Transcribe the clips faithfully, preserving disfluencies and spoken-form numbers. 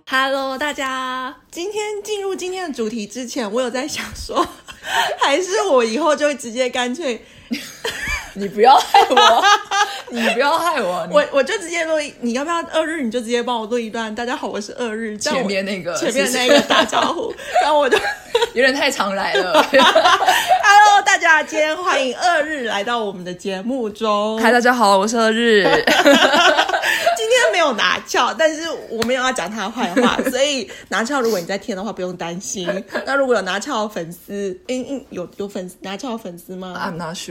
Hello， 大家，今天进入今天的主题之前，我有在想说，还是我以后就会直接干脆， 你不要害我，你不要害我， 我我就直接录一，你要不要二日你就直接帮我录一段？大家好，我是二日， 前面那个前面那个打招呼，然后我就有点太常来了。 Hello， 大家，今天欢迎二日来到我们的节目中。 嗨，大家好，我是二日。 今天没有拿翘，但是我没有要讲他的坏话，所以拿翘如果你在听的话不用担心。那如果有拿翘的粉丝，嗯嗯，有有粉丝拿翘的粉丝吗 ？I'm not sure 。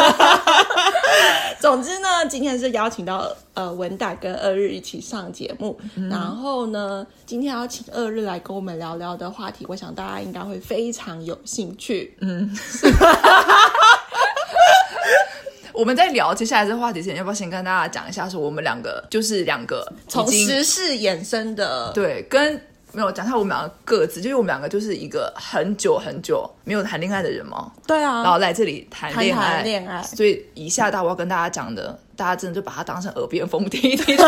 总之呢，今天是邀请到呃文达跟二日一起上节目，嗯、然后呢，今天要请二日来跟我们聊聊的话题，我想大家应该会非常有兴趣。嗯。 我们在聊接下来这个话题之前，要不要先跟大家讲一下，说我们两个就是两个从时事衍生的， 对，跟没有讲一下我们两个各自，就是我们两个就是一个很久很久没有谈恋爱的人嘛， 对啊， 然后来这里谈恋爱， 谈恋爱， 所以以下大家我要跟大家讲的，大家真的就把它当成耳边风听一听。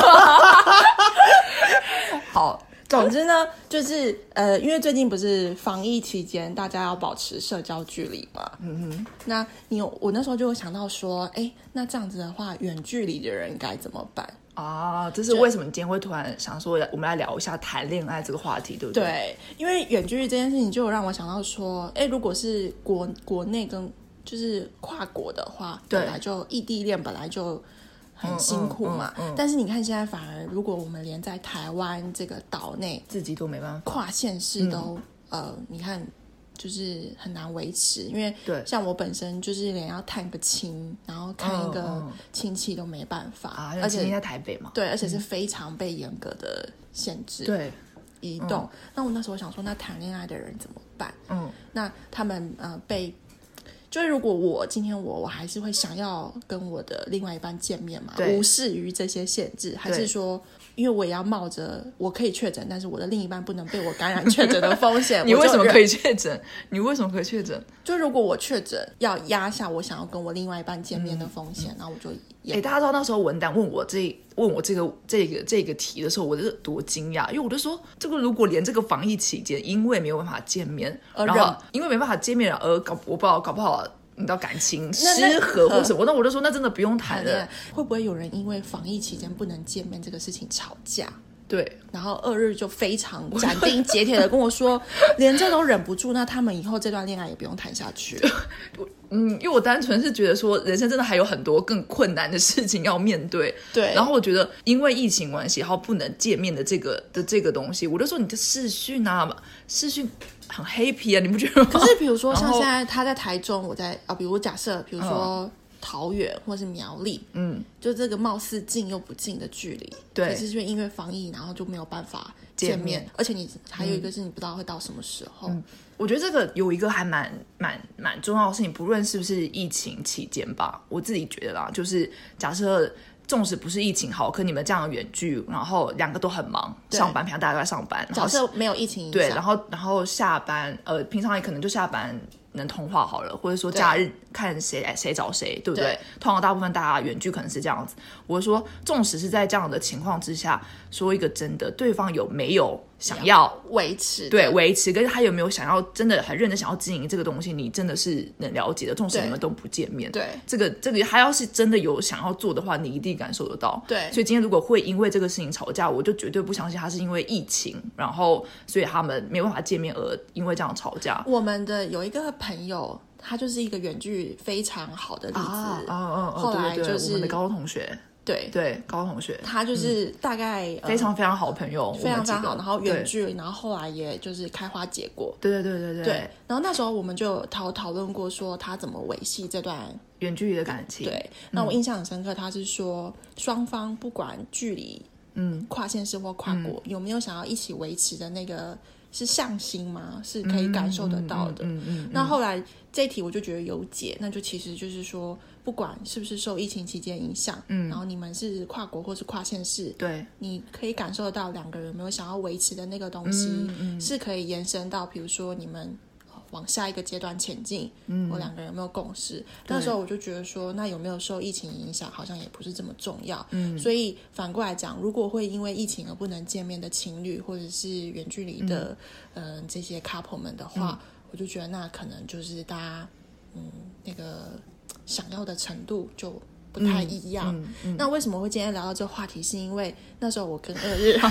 好。 总之呢，就是呃，因为最近不是防疫期间，大家要保持社交距离嘛。嗯哼。那你有我那时候就有想到说，哎，那这样子的话，远距离的人该怎么办啊？这是为什么你今天会突然想说，我们来聊一下谈恋爱这个话题，对不对？ 对，因为远距离这件事情，就有让我想到说，哎，如果是国国内跟就是跨国的话，本来就异地恋本来就很辛苦嘛，嗯嗯嗯嗯、但是你看现在反而，如果我们连在台湾这个岛内自己都没办法， 跨县市都、嗯、呃，你看就是很难维持，因为像我本身就是连要探个亲，然后看一个亲戚都没办法， 嗯嗯、而且亲戚在台北嘛， 对，而且是非常被严格的限制， 对， 移动。嗯、那我那时候想说，那谈恋爱的人怎么办？嗯，那他们呃被。就是如果我今天我我还是会想要跟我的另外一半见面嘛，无视于这些限制，还是说因为我也要冒着我可以确诊，但是我的另一半不能被我感染确诊的风险。 你为什么可以确诊？你为什么可以确诊？ 就如果我确诊，要压下我想要跟我另外一半见面的风险，嗯、然后我就哎、欸，大家知道那时候文丹问我这问我这个这个这个题的时候，我是多惊讶，因为我就说这个如果连这个防疫期间，因为没有办法见面，然后因为没办法见面而搞我不知道搞不好。你知道感情失和或什么，那我就说那真的不用谈了。 会不会有人因为防疫期间不能见面这个事情吵架？ 对， 然后二日就非常斩钉截铁的跟我说，连这都忍不住，那他们以后这段恋爱也不用谈下去。 嗯，因为我单纯是觉得说，人生真的还有很多更困难的事情要面对。 对， 然后我觉得因为疫情关系，然后不能见面的这个的这个东西，我就说你的视讯啊，视讯很 happy 啊，你不觉得吗？ 可是比如说像现在他在台中，我在啊，比如假设，比如说。嗯桃园或是苗栗，嗯，就这个貌似近又不近的距离， 对， 可是因为因为防疫，然后就没有办法见面，见面而且你还有一个是你不知道会到什么时候。嗯， 我觉得这个有一个还蛮蛮蛮重要的事情，不论是不是疫情期间吧，我自己觉得啦，就是假设纵使不是疫情好，可你们这样远距，然后两个都很忙，上班平常大家都在上班， 假设没有疫情影响， 对，然后然后下班，呃，平常也可能就下班。能通话好了，或者说假日看谁谁找谁，对不对？对，通常大部分大家远距可能是这样子。我说，纵使是在这样的情况之下，说一个真的，对方有没有想要维持？ 对，维持，跟他有没有想要真的很认真想要经营这个东西，你真的是能了解的。纵使你们都不见面， 对这个这个，他要是真的有想要做的话，你一定感受得到。 对， 所以今天如果会因为这个事情吵架，我就绝对不相信他是因为疫情，然后所以他们没有办法见面而因为这样吵架。 我们的有一个朋友。他就是一个远距非常好的例子，啊哦哦哦， 后来就是对对对我们的高中同学， 对对，高中同学， 他就是大概、 嗯呃、非常非常好朋友， 非常非常好，然后远距，然后后来也就是开花结果， 对对对对对， 对。然后那时候我们就有讨讨论过，说他怎么维系这段远距离的感情。 对，那我印象很深刻，他是说双方不管距离，嗯，跨县市或跨国、嗯，有没有想要一起维持的那个。是向心吗？是可以感受得到的。嗯嗯嗯嗯、那后来这一题我就觉得有解，那就其实就是说，不管是不是受疫情期间影响，嗯，然后你们是跨国或是跨县市， 对， 你可以感受得到两个人有没有想要维持的那个东西，嗯嗯、是可以延伸到，比如说你们往下一个阶段前进，嗯，我两个人有没有共识？那时候我就觉得说，那有没有受疫情影响，好像也不是这么重要，嗯，所以反过来讲，如果会因为疫情而不能见面的情侣，或者是远距离的，嗯、呃，这些 couple 们的话，嗯、我就觉得那可能就是大家，嗯，那个想要的程度就不太一样。嗯嗯嗯、那为什么会今天聊到这个话题？是因为那时候我跟二日。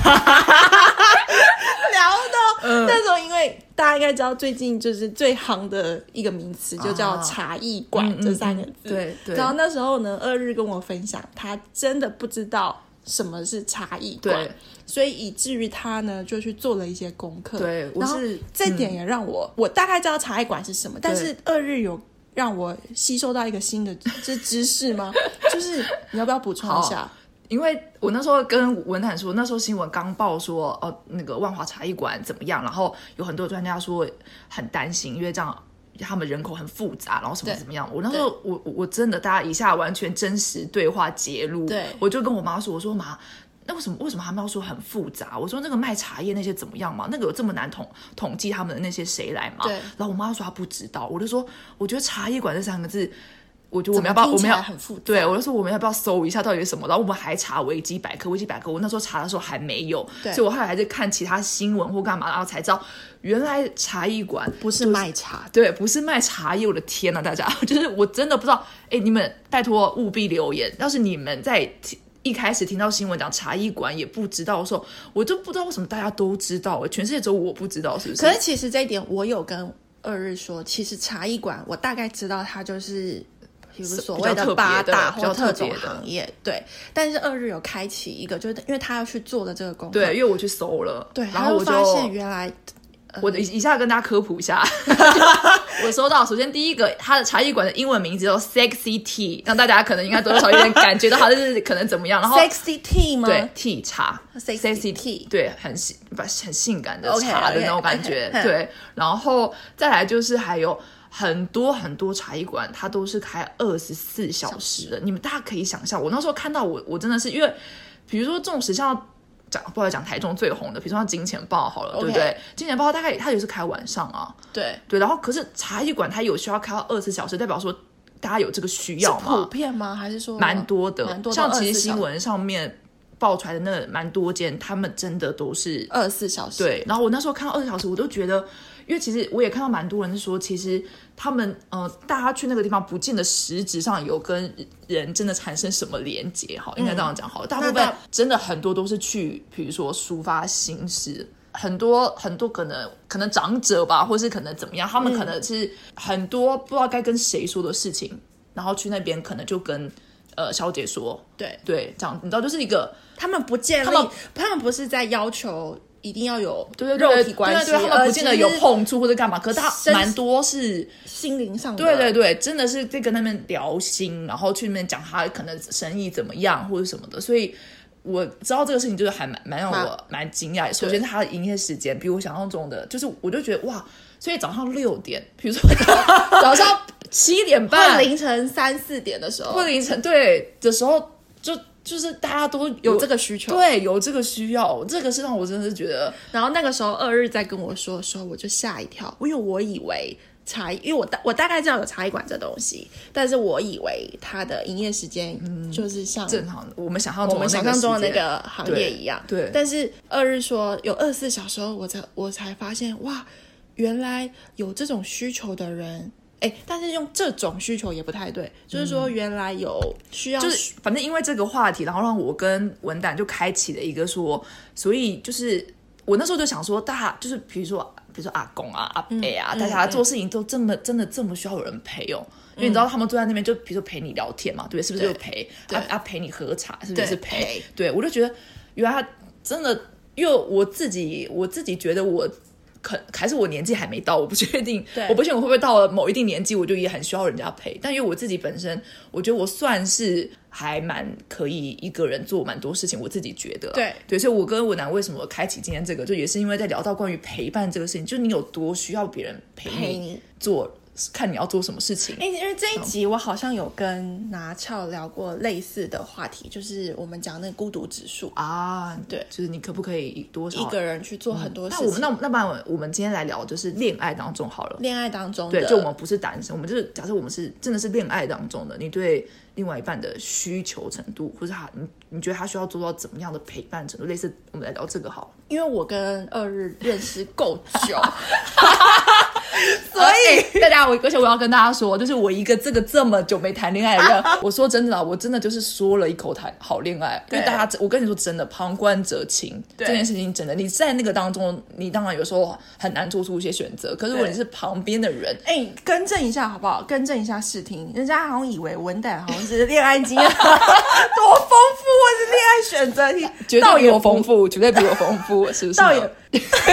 聊到、嗯、那时候，因为大家应该知道，最近就是最夯的一个名词就叫茶艺馆、啊、这三个字。嗯嗯、对对。然后那时候呢，二日跟我分享，他真的不知道什么是茶艺馆，所以以至于他呢就去做了一些功课。对，我是这点也让我、嗯、我大概知道茶艺馆是什么，但是二日有让我吸收到一个新的知知识吗？就是你要不要补充一下？ 因为我那时候跟文坦说，那时候新闻刚报说，哦，那个万华茶艺馆怎么样，然后有很多专家说很担心，因为这样他们人口很复杂，然后什么怎么样。我那时候我我真的大家一下完全真实对话揭露，对，我就跟我妈说，我说妈，那为什么为什么他们要说很复杂？我说那个卖茶叶那些怎么样嘛？那个有这么难统统计他们的那些谁来嘛？对。然后我妈说她不知道，我就说我觉得茶叶馆这三个字。我觉得我们要不要我们要很复杂， 对，我就说我们要不要搜一下到底是什么，然后我们还查维基百科，维基百科我那时候查的时候还没有，所以我后来还在看其他新闻或干嘛，然后才知道原来茶艺馆、就是、 不是卖茶， 对，不是卖茶叶。我的天哪，大家就是我真的不知道，哎，你们拜托务必留言，要是你们在一开始听到新闻讲茶艺馆也不知道的时候，我就不知道为什么大家都知道，全世界只有我不知道，是不是？ 可是其实这一点我有跟二日说，其实茶艺馆我大概知道它就是比如所谓的八大或特种行业，对。但是二日有开启一个，就是因为他要去做的这个功课， 对，因为我去搜了， 对， 然后我就发现原来， 呃、我以下跟大家科普一下，我搜到，首先第一个，它的茶艺馆的英文名字叫 Sexy Tea， 让大家可能应该多多少少有点感觉到它是可能怎么样，然后 Sexy Tea 吗？ 对 ，Tea 茶 ，Sexy Tea， 对，很很性感的茶的那种感觉， okay, okay, okay. 对，然后再来就是还有。很多很多茶艺馆，它都是开二十四小时的。你们大家可以想象，我那时候看到我，我真的是因为，比如说这种时像讲，不好讲台中最红的，比如说像金钱豹好了， okay. 对不对？金钱豹大概它也是开晚上啊， 对对。然后可是茶艺馆它有需要开到二十四小时，代表说大家有这个需要吗？ 是普遍吗？还是说蛮多的？ 蛮多的。 像其实新闻上面爆出来的那蛮多间，他们真的都是二十四小时。 对。然后我那时候看到二十小时，我都觉得。因为其实我也看到蛮多人是说，其实他们呃，大家去那个地方不见得实质上有跟人真的产生什么连结，好，应该这样讲好了。嗯、大部分真的很多都是去，比如说抒发心事，很多很多可能可能长者吧，或是可能怎么样，他们可能是很多不知道该跟谁说的事情，嗯、然后去那边可能就跟呃小姐说，对对，这样你知道就是一一个他们不建立，他们他们不是在要求。一定要有对对肉体关系， 对对对，他们不见得有碰触或者干嘛，可是他蛮多是心灵上的， 对对对，真的是在跟他们聊心，然后去那边讲他可能生意怎么样或者什么的，所以我知道这个事情就是还蛮蛮让我蛮惊讶。首先他的营业时间比我想象中的，就是我就觉得哇，所以早上六点，比如说早上七点半， 凌晨三四点的时候， 或凌晨对的时候就。就是大家都 有, 有这个需求， 对，有这个需要，这个是让我真的是觉得。 然后那个时候二日在跟我说的时候，我就吓一跳，因为我以为茶，因为我大我大概知道有茶艺馆这东西，但是我以为它的营业时间就是像、嗯、 正常的我们想象中的我们想象中的那个行业一样， 对。对但是二日说有二十四小时后，我才我才发现哇，原来有这种需求的人。哎，但是用这种需求也不太对，就是说原来有需要， 就是反正因为这个话题，然后让我跟文胆就开启了一个说，所以就是我那时候就想说，大家就是比如说比如说阿公啊、阿伯啊，嗯、大家做事情都这么、嗯、真的这么需要有人陪哦，因为你知道他们坐在那边就比如说陪你聊天嘛，对不对？是不是就陪啊啊陪你喝茶，是不是是陪？对，我就觉得原来他真的，因为我自己我自己觉得我。可还是我年纪还没到，我不确定，我不确定我会不会到了某一定年纪，我就也很需要人家陪。但因为我自己本身，我觉得我算是还蛮可以一个人做蛮多事情，我自己觉得，对对，所以我跟文男为什么开启今天这个，就也是因为在聊到关于陪伴这个事情，就是你有多需要别人陪你做看你要做什么事情。 哎，因为这一集我好像有跟拿翘聊过类似的话题，就是我们讲那个孤独指数啊， 对， 就是你可不可以多少一个人去做很多事情。 嗯、那我们那那不然我们今天来聊就是恋爱当中好了， 恋爱当中的， 对，就我们不是单身，我们就是假设我们是真的是恋爱当中的，你对另外一半的需求程度，或是他你你觉得他需要做到怎么样的陪伴程度，类似我们来聊这个好了。 因为我跟二日认识够久。 所以、欸、大家我而且我要跟大家说，就是我一个这个这么久没谈恋爱的人，我说真的啦，我真的就是说了一口谈好恋爱，因为大家我跟你说真的，旁观者清这件事情真的，你在那个当中，你当然有时候很难做出一些选择，可是如果你是旁边的人， 哎、欸，更正一下好不好？更正一下视听，人家好像以为文胆好像是恋爱经验多丰富，或是恋爱选择题， 绝对比我丰富，绝对比我丰富，是不是？ 倒也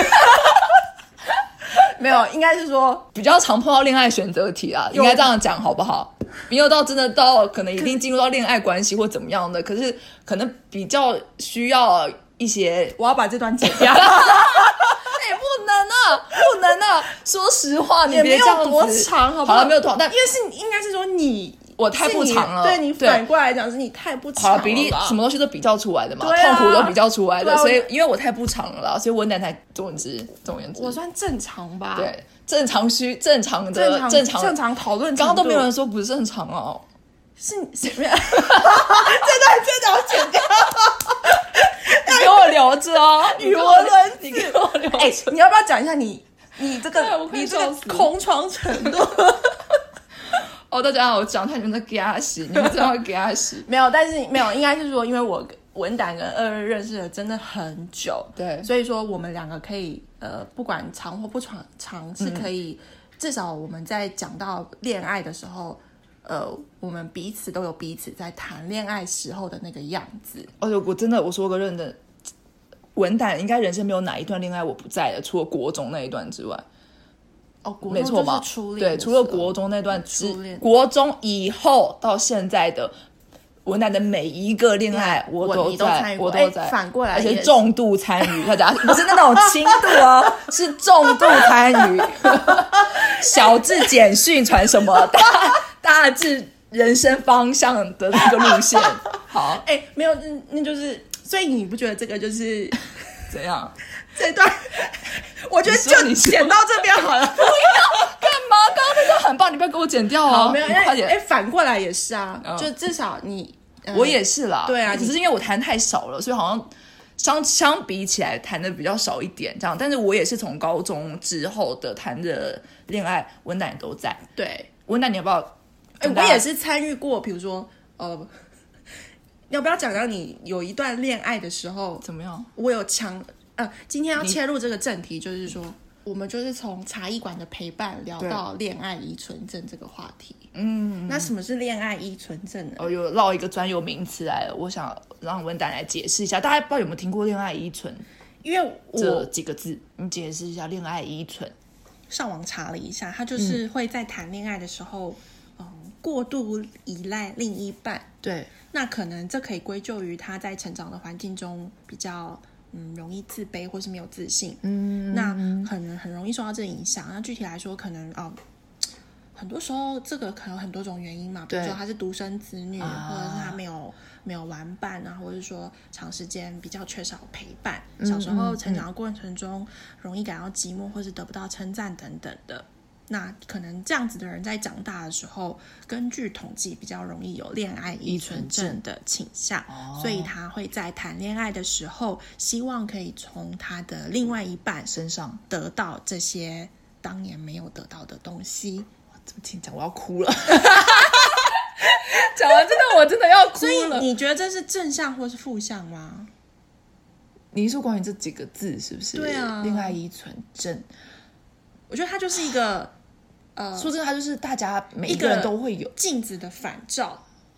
没有，应该是说比较常碰到恋爱选择题啦，应该这样讲好不好？没有到真的到可能一定进入到恋爱关系或怎么样的，可是可能比较需要一些。 我要把这段剪掉。 哎、欸，不能啊，不能啊！说实话，你别这样子。 也没有多长，好不好？ 好了，没有多长，但因为是应该是说你。 我太不长了， 对你反过来讲是你太不长了。 好了，比例什么东西都比较出来的嘛，啊、痛苦都比较出来的，所以因为我太不长了啦，所以我奶奶总之总言之， 我算正常吧？ 对，正常需正常的正常正常正常讨论， 刚刚都没有人说不是正常哦， 是是没有，这段这段要剪掉。 你给我留着哦， 语无伦次， 你给我留着。 哎、欸，你要不要讲一下你你这个你这个空窗程度？ 哦，大家好，我讲太你们在给他洗，你们真的会给他洗？ 没有，但是没有，应该是说，因为我文胆跟二二认识了真的很久， 对， 所以说我们两个可以呃，不管长或不长，长是可以、嗯，至少我们在讲到恋爱的时候，呃，我们彼此都有彼此在谈恋爱时候的那个样子。 而且我真的，我说个认真，文胆应该人生没有哪一段恋爱我不在的，除了国中那一段之外。 哦，国没错吧？对，除了国中那段之，国中以后到现在的文胆的每一个恋爱，我都在，我都在。 反过来， 而且重度参与，大家不是那种轻度哦，是重度参与。小至简讯传什么，大大致人生方向的那个路线。好， 哎、欸，没有，那那就是，所以你不觉得这个就是怎样？ 这段我觉得就剪到这边好了。 不要干嘛？刚刚那段很棒，你不要给我剪掉啊！ 没有， 快点。 哎，反过来也是啊，嗯、就至少你、 呃、我也是啦。 对啊， 只是因为我谈太少了，所以好像相相比起来谈的比较少一点这样。但是我也是从高中之后的谈的恋爱，文胆也都在。对，文胆你要不要？ 哎，我也是参与过，比如说呃。要不要讲到你有一段恋爱的时候怎么样？ 我有强呃，今天要切入这个正题，就是说我们就是从茶艺馆的陪伴聊到恋爱依存症这个话题。嗯，那什么是恋爱依存症呢？ 哦，有绕一个专有名词来了，我想让文胆来解释一下。大家不知道有没有听过恋爱依存？ 因为我这几个字，你解释一下恋爱依存。 上网查了一下，他就是会在谈恋爱的时候。嗯过度依赖另一半， 对， 那可能这可以归咎于他在成长的环境中比较嗯容易自卑或是没有自信，嗯，那很很容易受到这个影响。那具体来说，可能哦，很多时候这个可能有很多种原因嘛，比如说他是独生子女，或者是他没有没有玩伴啊，或者是说长时间比较缺少陪伴，嗯、小时候成长的过程中、嗯、容易感到寂寞，或是得不到称赞等等的。那可能这样子的人在长大的时候，根据统计比较容易有恋爱依存症的倾向，哦、所以他会在谈恋爱的时候，希望可以从他的另外一半身上得到这些当年没有得到的东西。 哇，怎么听讲我要哭了？讲完真的我真的要哭了。 所以你觉得这是正向或是负向吗？ 你是说关于这几个字是不是？ 对啊， 恋爱依存症， 我觉得它就是一个。呃， 说真的，它就是大家每一个人都会有镜子的反照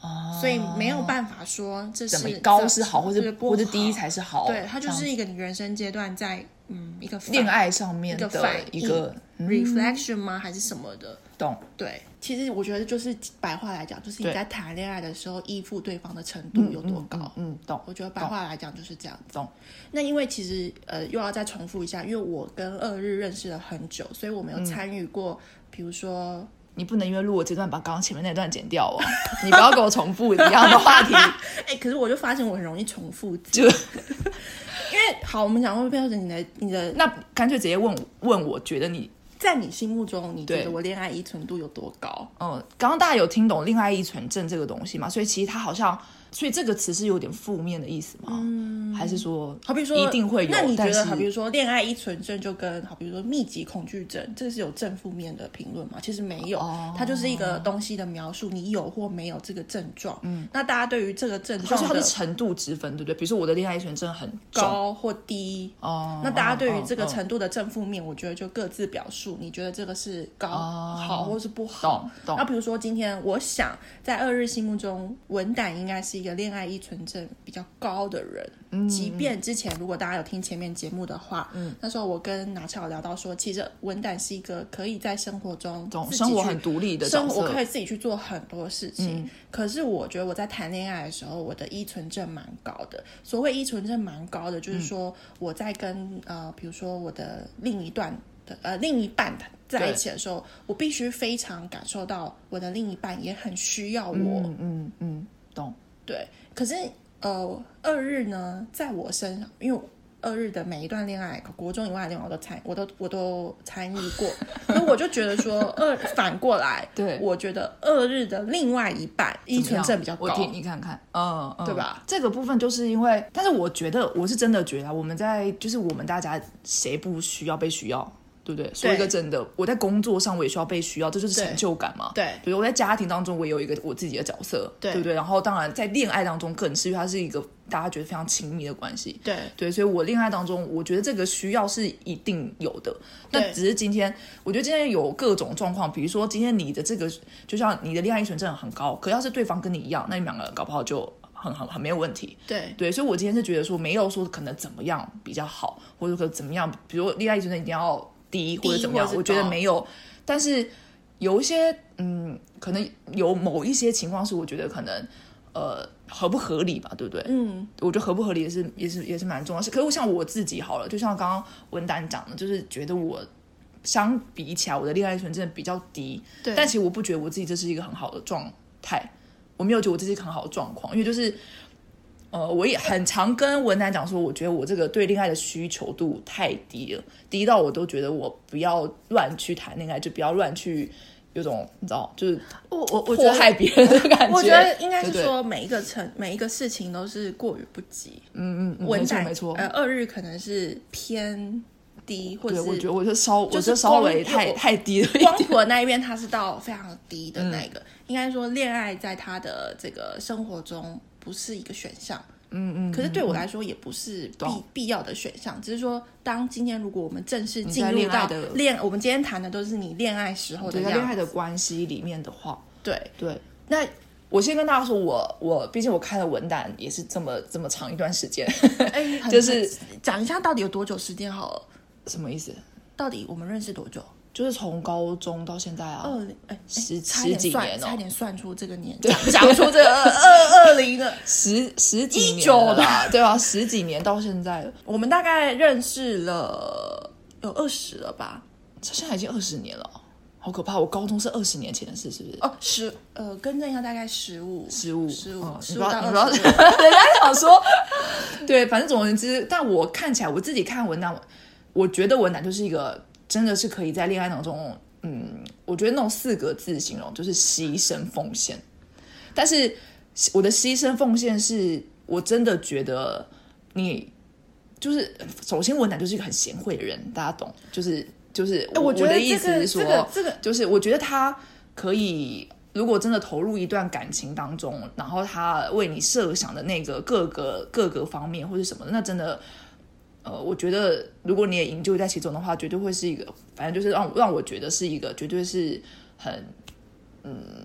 哦， 所以没有办法说这是怎么高是好，或者不好或者低才是好。 对，它就是一个你人生阶段在嗯一个恋爱上面的一个一个、 嗯、reflection 吗？还是什么的？ 懂。 对，其实我觉得就是白话来讲，就是你在谈恋爱的时候依附对方的程度有多高。 嗯，嗯嗯懂。 我觉得白话来讲就是这样子。 懂。 那因为其实呃又要再重复一下，因为我跟二日认识了很久，所以我们有参与过，嗯、比如说。 你不能因为录我这段把刚刚前面那段剪掉哦，你不要给我重复一样的话题。 哎、欸，可是我就发现我很容易重复，就因为好，我们讲过标准，你的你的那干脆直接问问，我觉得你在你心目中，你觉得我恋爱依存度有多高？ 嗯，刚刚大家有听懂恋爱依存症这个东西吗？所以其实它好像。所以这个词是有点负面的意思吗？嗯，还是说， 好比说一定会有？ 那你觉得，好比如说恋爱依存症就跟好比如说密集恐惧症，这个是有正负面的评论吗？其实没有，哦、它就是一个东西的描述，你有或没有这个症状。嗯，那大家对于这个症状的， 它是程度之分，对不对？比如说我的恋爱依存症很高或低哦， 那大家对于这个程度的正负面，我觉得就各自表述，你觉得这个是高、哦、好或是不好？ 懂。 那比如说今天，我想在二日心目中，文胆应该是一个恋爱依存症比较高的人，嗯，即便之前如果大家有听前面节目的话，嗯，那时候我跟拿翘聊到说，其实文胆是一个可以在生活中自己生活很独立的角色， 生活可以自己去做很多事情。嗯、可是我觉得我在谈恋爱的时候，我的依存症蛮高的。所谓依存症蛮高的，就是说我在跟、嗯、呃，比如说我的另一段的呃另一半在一起的时候，我必须非常感受到我的另一半也很需要我。 嗯嗯嗯，懂。 对。可是，呃，二日呢，在我身上，因为二日的每一段恋爱，国中以外的恋爱我都参，我都我都参与过，所以我就觉得说，二反过来， 对， 我觉得二日的另外一半依存症比较高， 我听你看看，嗯，嗯对吧？ 这个部分就是因为，但是我觉得我是真的觉得，我们在就是我们大家谁不需要被需要？对不对？说一个真的，我在工作上我也需要被需要，这就是成就感嘛。 对， 对，我在家庭当中我也有一个我自己的角色，对，对不对？然后当然在恋爱当中更是，因为它是一个大家觉得非常亲密的关系。 对对，所以我恋爱当中，我觉得这个需要是一定有的。那只是今天，我觉得今天有各种状况，比如说今天你的这个，就像你的恋爱依存症很高，可要是对方跟你一样，那你们两个人搞不好就。很很很没有问题， 对对，所以我今天是觉得说没有说可能怎么样比较好，或者说怎么样，比如说恋爱依存症一定要低或者怎么样，我觉得没有，但是有一些嗯，可能有某一些情况是我觉得可能呃合不合理吧，对不对？嗯，我觉得合不合理也是也是也是蛮重要的。可是像我自己好了，就像刚刚文丹讲的，就是觉得我相比起来我的恋爱依存症比较低，对，但其实我不觉得我自己这是一个很好的状态。我没有觉得我这是一个很好的状况，因为就是，呃，我也很常跟文男讲说，我觉得我这个对恋爱的需求度太低了，低到我都觉得我不要乱去谈恋爱，就不要乱去有种你知道，就是我我我祸害别人的感觉。 我觉得应该是说每一个层每一个事情都是过于不及。 嗯嗯嗯， 文男没错， 呃，二日可能是偏。低或者是我觉得我就稍我就稍微太太低了一点。 光谱的那一边它是到非常低的那个，嗯、应该说恋爱在他的这个生活中不是一个选项，嗯嗯。可是对我来说也不是必、嗯、必要的选项，只是说当今天如果我们正式进入到恋，我们今天谈的都是你恋爱时候的样子， 恋爱的关系里面的话， 对对。那我先跟大家说我，我我毕竟我开了文档也是这么这么长一段时间， 哎， 就是讲一下到底有多久时间好了。 什么意思？ 到底我们认识多久？ 就是从高中到现在啊， 二哎十十几年哦， 差点算出这个年，讲讲出这个二二二零的十十几年一九的，对啊，十几年到现在了， 我们大概认识了有二十了吧？ 现在已经二十年了，好可怕！我高中是二十年前的事，是不是？ 哦，十呃，更正一下，大概十五， 十五， 十五，十五到二十。 人家想说，对，反正总而言之，但我看起来，我自己看文档。我觉得文胆就是一个真的是可以在恋爱当中，嗯，我觉得那种四个字形容就是牺牲奉献。但是我的牺牲奉献是我真的觉得你就是首先文胆就是一个很贤惠的人，大家懂？就是就是我、 欸、我, 我的意思是说， 这个这个就是我觉得他可以。如果真的投入一段感情当中，然后他为你设想的那个各个各个方面或者什么的，那真的。呃，我觉得如果你也营救在其中的话，绝对会是一个，反正就是让让我觉得是一个，绝对是很，嗯，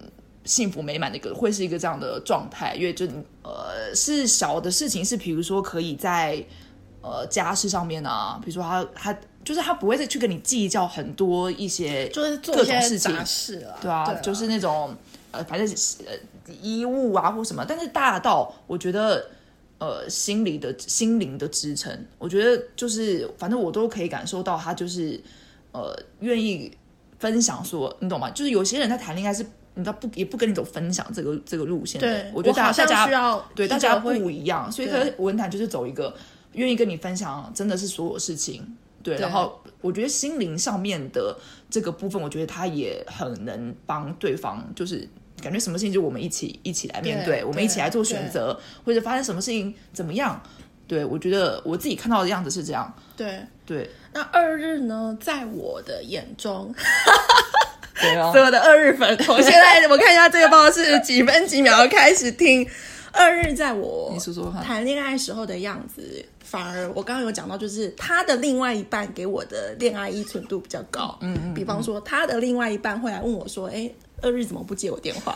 幸福美满的一个，会是一个这样的状态，因为就呃是小的事情，是比如说可以在呃家事上面啊，比如说他他就是他不会再去跟你计较很多一些就是做各一些种事情， 杂事了， 对啊， 对啊就是那种呃反正呃衣物啊或什么，但是大到我觉得。呃，心理的心灵的支撑，我觉得就是反正我都可以感受到他就是呃愿意分享说，你懂吗？就是有些人在谈恋爱是，你知道不也不跟你走分享这个这个路线的。 对， 我觉得大家大家需要对大家不一样，所以对文坛就是走一个愿意跟你分享，真的是所有事情。对， 对然后我觉得心灵上面的这个部分，我觉得他也很能帮对方，就是感觉什么事情就我们一起一起来面对， 对我们一起来做选择，或者发生什么事情怎么样。对，我觉得我自己看到的样子是这样。 对对， 那二日呢，在我的眼中， 对啊， 所有的二日粉，我现在我看一下这个报是几分几秒开始听。二日在我你说说看谈恋爱时候的样子，反而我刚刚有讲到，就是他的另外一半给我的恋爱依存度比较高。嗯嗯，比方说他的另外一半会来问我说：“哎，二日怎么不接我电话？”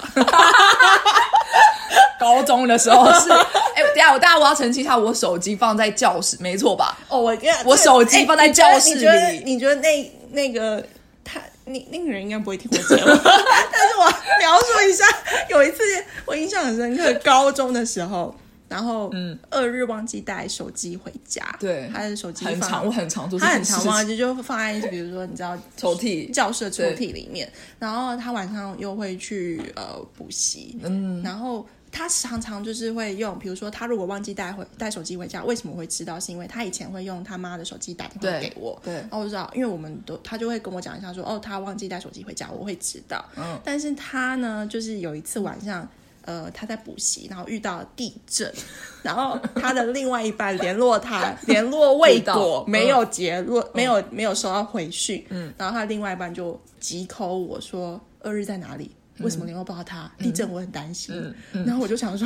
高中的时候是，哎、欸，等一下我大家我要澄清一下，我手机放在教室，没错吧？ 哦，我跟我手机放在教室里。 你觉得你觉得那那个他那那个人应该不会听我节目，但是我描述一下，有一次我印象很深刻，高中的时候。然后，嗯，二日忘记带手机回家， 对， 他的手机很长，我很常做， 他很常忘记，就放在比如说你知道抽屉、 教室的抽屉里面。然后他晚上又会去呃补习，嗯，然后他常常就是会用，比如说他如果忘记带回带手机回家，为什么会知道？是因为他以前会用他妈的手机打电话给我， 对， 然后我知道，因为我们都他就会跟我讲一下说，哦，他忘记带手机回家，我会知道，嗯，但是他呢，就是有一次晚上。呃，他在补习，然后遇到地震，然后他的另外一半联络他，联络未果，没有结论，嗯、没有没有收到回讯，嗯，然后他另外一半就急口我说二日在哪里？为什么联络不到他？嗯、地震我很担心，嗯嗯、然后我就想说，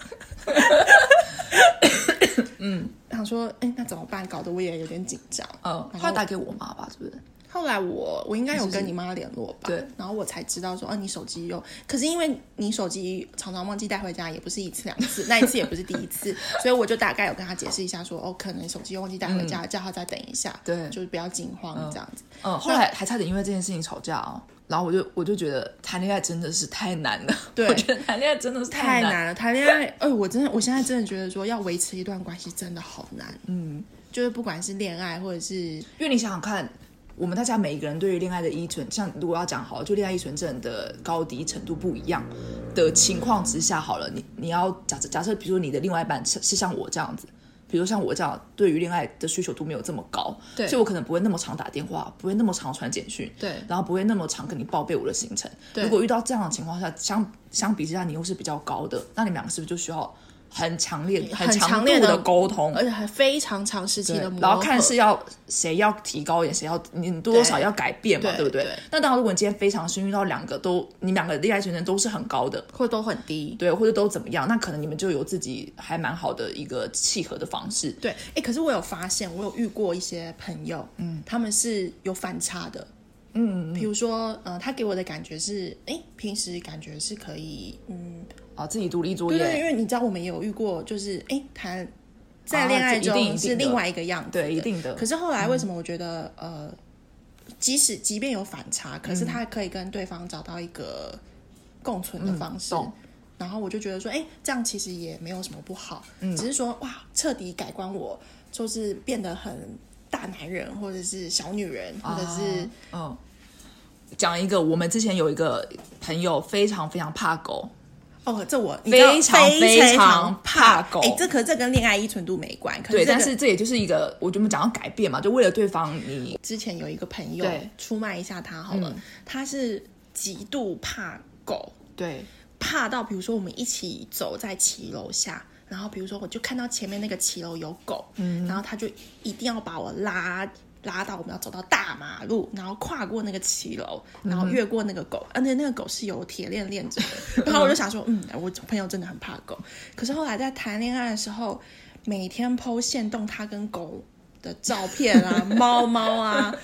嗯，想说，哎，那怎么办？搞得我也有点紧张， 嗯，他打给我妈吧，是不是？ 后来我我应该有跟你妈联络吧， 对， 然后我才知道说，哦、啊，你手机有，可是因为你手机常常忘记带回家，也不是一次两次，那一次也不是第一次，所以我就大概有跟他解释一下说，哦，可能手机忘记带回家，嗯、叫他再等一下， 对， 就是不要惊慌、嗯、这样子。 嗯，后来还差点因为这件事情吵架哦。然后我就我就觉得谈恋爱真的是太难了， 对， 我觉得谈恋爱真的是太难, 难了。谈恋爱，哎，我真的，我现在真的觉得说要维持一段关系真的好难，嗯，就是不管是恋爱或者是，因为你想想看。我们大家每一个人对于恋爱的依存，像如果要讲好了，就恋爱依存症的高低程度不一样的情况之下，好了，你你要假设假设，比如说你的另外一半是是像我这样子，比如像我这样，对于恋爱的需求度没有这么高， 对， 所以我可能不会那么常打电话，不会那么常传简讯， 对， 然后不会那么常跟你报备我的行程。如果遇到这样的情况下，相相比之下，你又是比较高的，那你们两个是不是就需要？很强烈、很强度的沟通， 而且还非常长时期的磨合， 然后看是要谁要提高一点，谁要你多多少要改变嘛， 对, 对不对? 对？那当然，如果你今天非常幸运到两个都，你们两个恋爱水准都是很高的， 或者都很低， 对，或者都怎么样，那可能你们就有自己还蛮好的一个契合的方式。 对，哎，可是我有发现，我有遇过一些朋友，嗯，他们是有反差的。嗯，比如说，呃，他给我的感觉是，哎，平时感觉是可以，嗯， 啊，自己独立作业。 对对，因为你知道，我们也有遇过，就是哎，谈在恋爱中是另外一个样子， 对，一定的。 可是后来为什么我觉得，嗯、呃，即使即便有反差，可是他可以跟对方找到一个共存的方式。嗯、然后我就觉得说，哎，这样其实也没有什么不好，嗯、只是说哇，彻底改观我，就是变得很。大男人或者是小女人，或者是嗯，讲一个，我们之前有一个朋友非常非常怕狗哦，这我非常非常怕狗， 哎，这可这跟恋爱依存度没关，可是、 对， 这个、 但是这也就是一个我们讲要改变嘛，就为了对方你。 之前有一个朋友出卖一下他好了，嗯、他是极度怕狗， 对， 怕到比如说我们一起走在骑楼下。然后比如说我就看到前面那个骑楼有狗，嗯，然后他就一定要把我拉拉到我们要走到大马路，然后跨过那个骑楼，然后越过那个狗，而且那个狗是有铁链链着的。然后我就想说，嗯，我朋友真的很怕狗。可是后来在谈恋爱的时候，每天 po 限动他跟狗的照片啊，猫猫啊。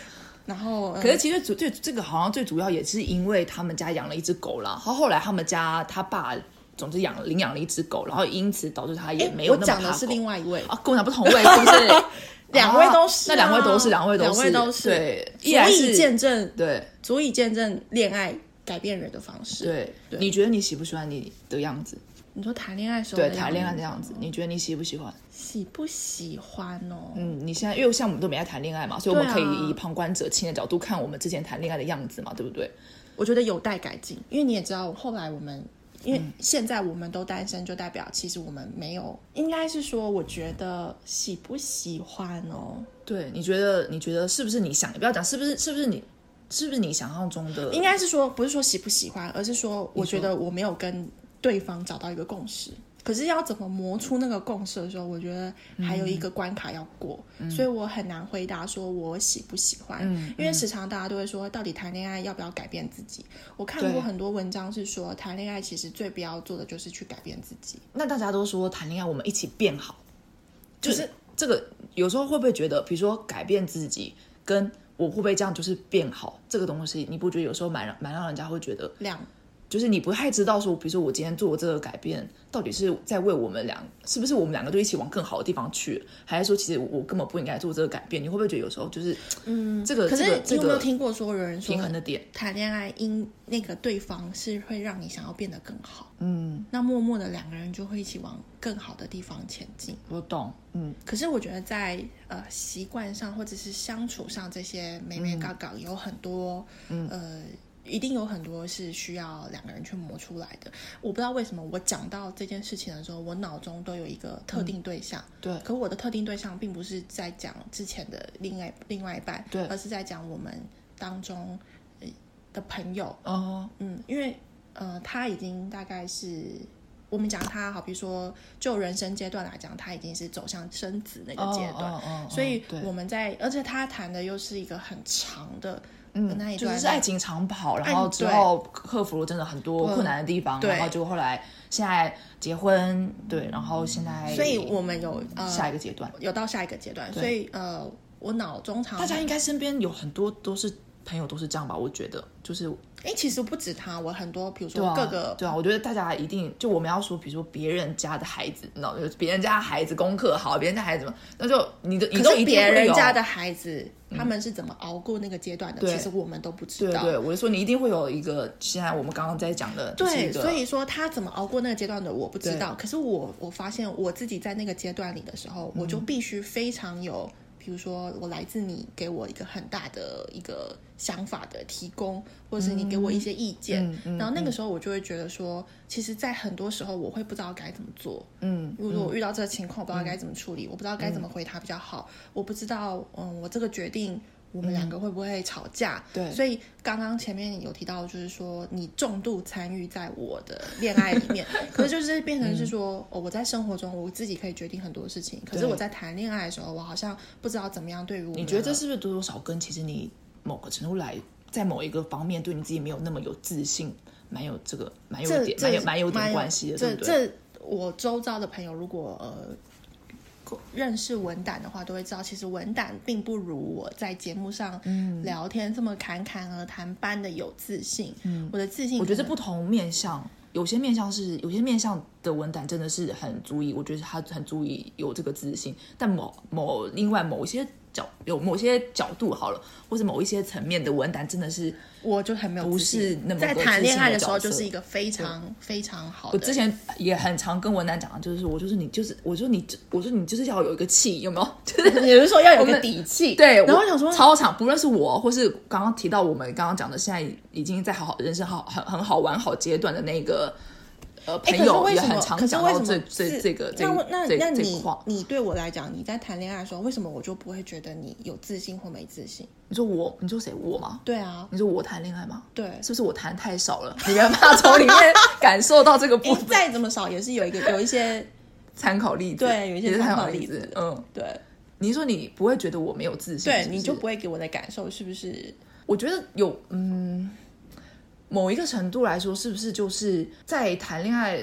然后、 呃、可是其实最最这个好像最主要也是因为他们家养了一只狗啦，然后后来他们家他爸总之养了领养了一只狗，然后因此导致他也没有那么怕狗。 我讲的是另外一位啊，跟我讲不同位是不是？ 两位都是、啊啊，那两位都是，两位都是， 两位都是， 对， 足以见证， 对， 足以见证恋爱改变人的方式。 对，对你觉得你喜不喜欢你的样子？ 你说谈恋爱的时候的样子， 对，谈恋爱的样子，你觉得你喜不喜欢？ 喜不喜欢哦？ 嗯，你现在因为像我们都没在谈恋爱嘛，所以我们可以以旁观者清的角度看我们之前谈恋爱的样子嘛，对不对？ 我觉得有待改进，因为你也知道，后来我们。因为现在我们都单身，就代表其实我们没有，应该是说，我觉得喜不喜欢哦？ 对，你觉得？你觉得是不是你想？不要讲是不是？是不是你？是不是你想象中的？ 应该是说，不是说喜不喜欢，而是说，我觉得我没有跟对方找到一个共识。可是要怎么磨出那个共识的时候，我觉得还有一个关卡要过，嗯、所以我很难回答说我喜不喜欢，嗯、因为时常大家都会说，到底谈恋爱要不要改变自己？我看过很多文章是说，谈恋爱其实最不要做的就是去改变自己。 那大家都说谈恋爱我们一起变好，就是这个有时候会不会觉得，比如说改变自己跟我会不会这样就是变好，这个东西你不觉得有时候蛮蛮让人家会觉得两。 就是你不太知道说，比如说我今天做这个改变，到底是在为我们俩，是不是我们两个就一起往更好的地方去，还是说其实我根本不应该做这个改变？你会不会觉得有时候就是，嗯，这个可是你有没有听过说有人说平衡的点， 谈恋爱因那个对方是会让你想要变得更好，嗯，那默默的两个人就会一起往更好的地方前进。 我懂，嗯。 可是我觉得在呃习惯上或者是相处上这些眉眉角角有很多，嗯呃。一定有很多是需要两个人去磨出来的。我不知道为什么我讲到这件事情的时候，我脑中都有一个特定对象，嗯、对。可我的特定对象并不是在讲之前的另外另外一半，对，而是在讲我们当中的朋友。哦，嗯，因为呃，他已经大概是我们讲他，好比说就人生阶段来讲，他已经是走向生子那个阶段，哦哦哦哦、所以我们在，而且他谈的又是一个很长的。 嗯，那一段就是爱情长跑，然后之后克服了真的很多困难的地方，然后就后来现在结婚，对，然后现在， 所以我们有、呃、 下一个阶段， 有到下一个阶段，所以呃，我脑中常大家应该身边有很多都是朋友都是这样吧？我觉得就是。 哎，其实不止他，我很多，比如说各个， 对啊，对啊，我觉得大家一定就我们要说，比如说别人家的孩子，你知道，就是别人家的孩子功课好，别人家孩子嘛，那就你的，你都一定会有。 别人家的孩子，嗯、他们是怎么熬过那个阶段的？其实我们都不知道。 对对，我就说你一定会有一个，现在我们刚刚在讲的， 对，所以说他怎么熬过那个阶段的，我不知道。可是我我发现我自己在那个阶段里的时候，嗯、我就必须非常有。比如说我来自你给我一个很大的一个想法的提供，或者是你给我一些意见，嗯嗯、然后那个时候我就会觉得说，其实在很多时候我会不知道该怎么做。嗯，如果我遇到这个情况，我不知道该怎么处理，嗯、我不知道该怎么回他比较好，我不知道嗯我这个决定我们两个会不会吵架。嗯、对，所以刚刚前面有提到就是说你重度参与在我的恋爱里面可是就是变成是说、嗯哦、我在生活中我自己可以决定很多事情，可是我在谈恋爱的时候我好像不知道怎么样对于我。 你觉得这是不是多多少跟其实你某个程度来在某一个方面对你自己没有那么有自信蛮有这个蛮有点蛮有蛮有点关系的，对不对？ 这我周遭的朋友如果呃认识文胆的话都会知道，其实文胆并不如我在节目上聊天这么侃侃而谈般的有自信。嗯，我的自信我觉得不同面向，有些面向是有些面向的文胆真的是很足以，我觉得他很足以有这个自信，但某某另外某一些角有某些角度好了，或者某一些层面的文胆真的是我就很没有不是那么在谈恋爱的时候就是一个非常非常好的。 我之前也很常跟文胆讲，就是我就是你就是我说你我说你就是要有一个气，有没有？就是也就是说要有个底气。 对， 然后我想说超常，不论是我或是刚刚提到我们刚刚讲的，现在已经在好好人生好很很好玩好阶段的那个。呃，朋友也很常讲到这这这个这个那那那你你对我来讲，你在谈恋爱的时候，为什么我就不会觉得你有自信或没自信？ 你说我，你说谁我吗？ 对啊， 你说我谈恋爱吗？ 对， 是不是我谈太少了？你没办法从里面感受到这个部分。 再怎么少，也是有一个有一些参考例子， 对，有一些参考例子。 嗯， 对。 你说你不会觉得我没有自信， 对， 是不是你就不会给我的感受是不是？ 我觉得有，嗯，某一个程度来说，是不是就是在谈恋爱？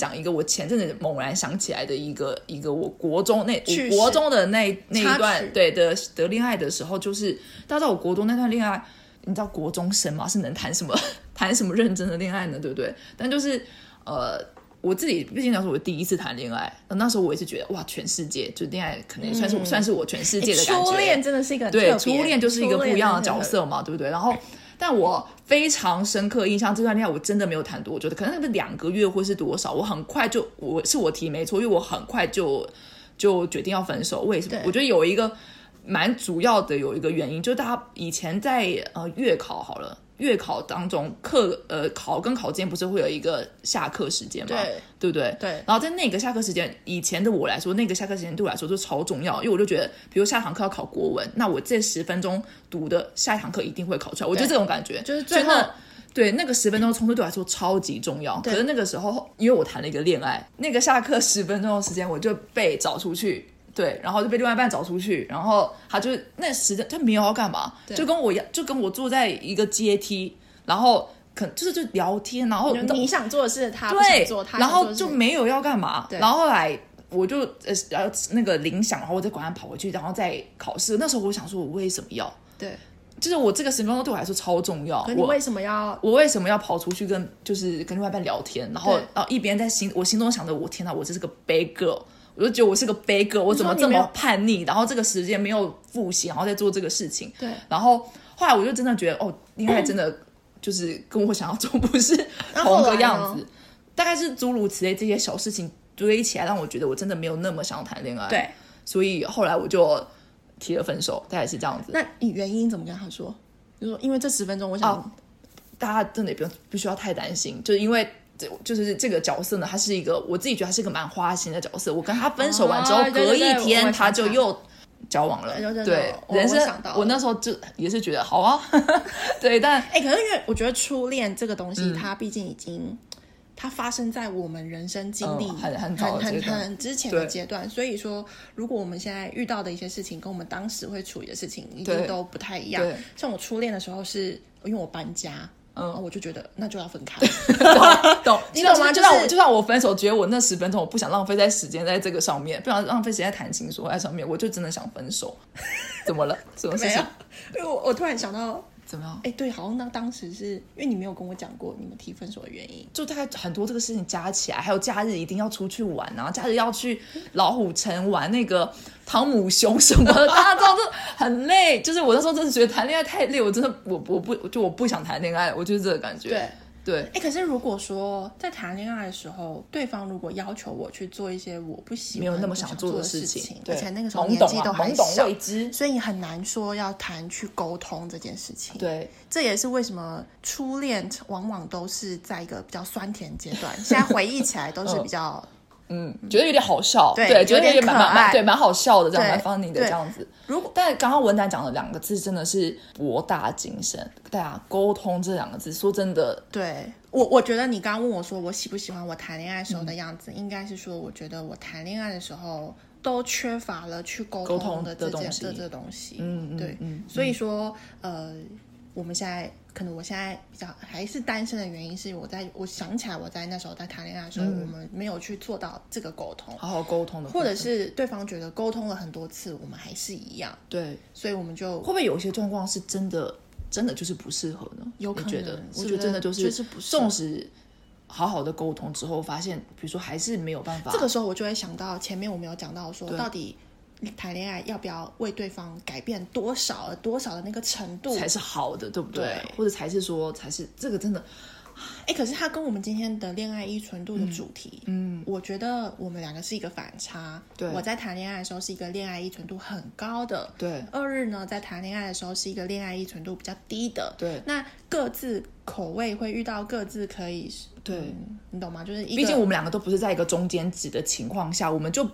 讲一个我前阵子猛然想起来的一个一个我国中那我国中的那那一段对的的恋爱的时候，就是大家知道我国中那段恋爱，你知道国中生嘛是能谈什么谈什么认真的恋爱呢，对不对？但就是呃。我自己毕竟那时候我第一次谈恋爱，那时候我也是觉得哇，全世界就恋爱可能也算是、嗯、算是我全世界的感觉。 初恋真的是一个很特别对，初恋就是一个不一样的角色嘛，对不对？然后，但我非常深刻印象，这段恋爱我真的没有谈多久的，可能那个两个月或是多少，我很快就我是我提没错，因为我很快就就决定要分手。为什么？我觉得有一个蛮主要的有一个原因，就是大家以前在呃月考好了。月考当中课呃考跟考间不是会有一个下课时间吗？ 对， 对不对？ 对。 然后在那个下课时间，以前的我来说，那个下课时间对我来说就超重要，因为我就觉得，比如下堂课要考国文，那我这十分钟读的下一堂课一定会考出来。我觉得这种感觉就是最后对那个十分钟的冲突对我来说超级重要。可是那个时候，因为我谈了一个恋爱，那个下课十分钟的时间，我就被找出去。对，然后就被另外一半找出去，然后他就那时间他没有要干嘛，就跟我就跟我坐在一个阶梯。然后可就是就聊天，然后你想做的事他不想做，他然后就没有要干嘛。然后后来我就呃然后那个铃响，然后我再赶快跑回去，然后再考试。那时候我想说，我为什么要？ 对， 就是我这个十分钟对我来说超重要。 可你为什么要？ 我为什么要跑出去跟就是跟另外一半聊天？然后然后一边在心我心中想着，我天哪，我这是个 bad girl。我就觉得我是个 bad girl， 我怎么这么叛逆？然后这个时间没有复习，然后再做这个事情。 对， 然后后来我就真的觉得，哦，恋爱真的。嗯就是跟我想要做不是同个样子，大概是诸如此类这些小事情堆起来，让我觉得我真的没有那么想谈恋爱。 对， 所以后来我就提了分手，大概是这样子。 那你原因怎么跟他说？就说因为这十分钟，我想、 哦、大家真的也不用不需要太担心，就是因为就是这个角色呢，他是一个我自己觉得他是一个蛮花心的角色。我跟他分手完之后，哦、隔一天他就又。交往了，对，人生 我, 我那时候就也是觉得好啊，对，但哎、欸，可是因为我觉得初恋这个东西，嗯、它毕竟已经它发生在我们人生经历、嗯、 很很很很很之前的阶段，所以说，如果我们现在遇到的一些事情，跟我们当时会处理的事情，一定都不太一样。像我初恋的时候是，是因为我搬家。嗯，我就觉得那就要分开， 懂懂， 你懂吗？ 就像我，就像我分手，觉得我那十分钟我不想浪费在时间在这个上面，不想浪费时间在谈情说爱上面，我就真的想分手。怎么了？什么事情？ 因为我我突然想到。 怎么样？ 哎，对，好像当当时是因为你没有跟我讲过你们提分手的原因， 就大概很多这个事情加起来，还有假日一定要出去玩啊，假日要去老虎城玩那个汤姆熊什么的，大家知道这很累。就是我那时候真的觉得谈恋爱太累，我真的我我不就我不想谈恋爱，我就是这个感觉。 对。 对， 哎，可是如果说在谈恋爱的时候，对方如果要求我去做一些我不喜欢、 没有那么想做的事情， 而且那个时候年纪都还小， 懵懂未知， 所以你很难说要谈去沟通这件事情。 对， 这也是为什么初恋往往都是在一个比较酸甜阶段，现在回忆起来都是比较。 嗯，觉得有点好笑， 对， 对觉得有点蛮蛮对蛮好笑的，这样蛮 funny 的这样子。 如果但刚刚文胆讲的两个字真的是博大精深，对啊，沟通这两个字，说真的， 对我我觉得你刚刚问我说我喜不喜欢我谈恋爱时候的样子，嗯、应该是说我觉得我谈恋爱的时候都缺乏了去沟通的这件这这东西， 嗯对， 嗯嗯， 所以说呃。我们现在可能我现在比较还是单身的原因是我在我想起来我在那时候在谈恋爱的时候、嗯、我们没有去做到这个沟通， 好好沟通的， 或者是对方觉得沟通了很多次我们还是一样， 对， 所以我们就会不会有一些状况是真的真的就是不适合呢？ 有可能， 觉得我觉得真的就是纵使使好好的沟通之后发现比如说还是没有办法， 这个时候我就会想到前面我们有讲到说到底谈恋爱要不要为对方改变多少多少的那个程度才是好的，对不对？ 对， 或者才是说才是这个真的哎，可是它跟我们今天的恋爱依存度的主题，嗯，嗯我觉得我们两个是一个反差。 对， 我在谈恋爱的时候是一个恋爱依存度很高的， 对。 二日呢，在谈恋爱的时候是一个恋爱依存度比较低的， 对。 那各自口味会遇到各自可以， 对， 嗯、你懂吗？就是一个毕竟我们两个都不是在一个中间值的情况下，我们就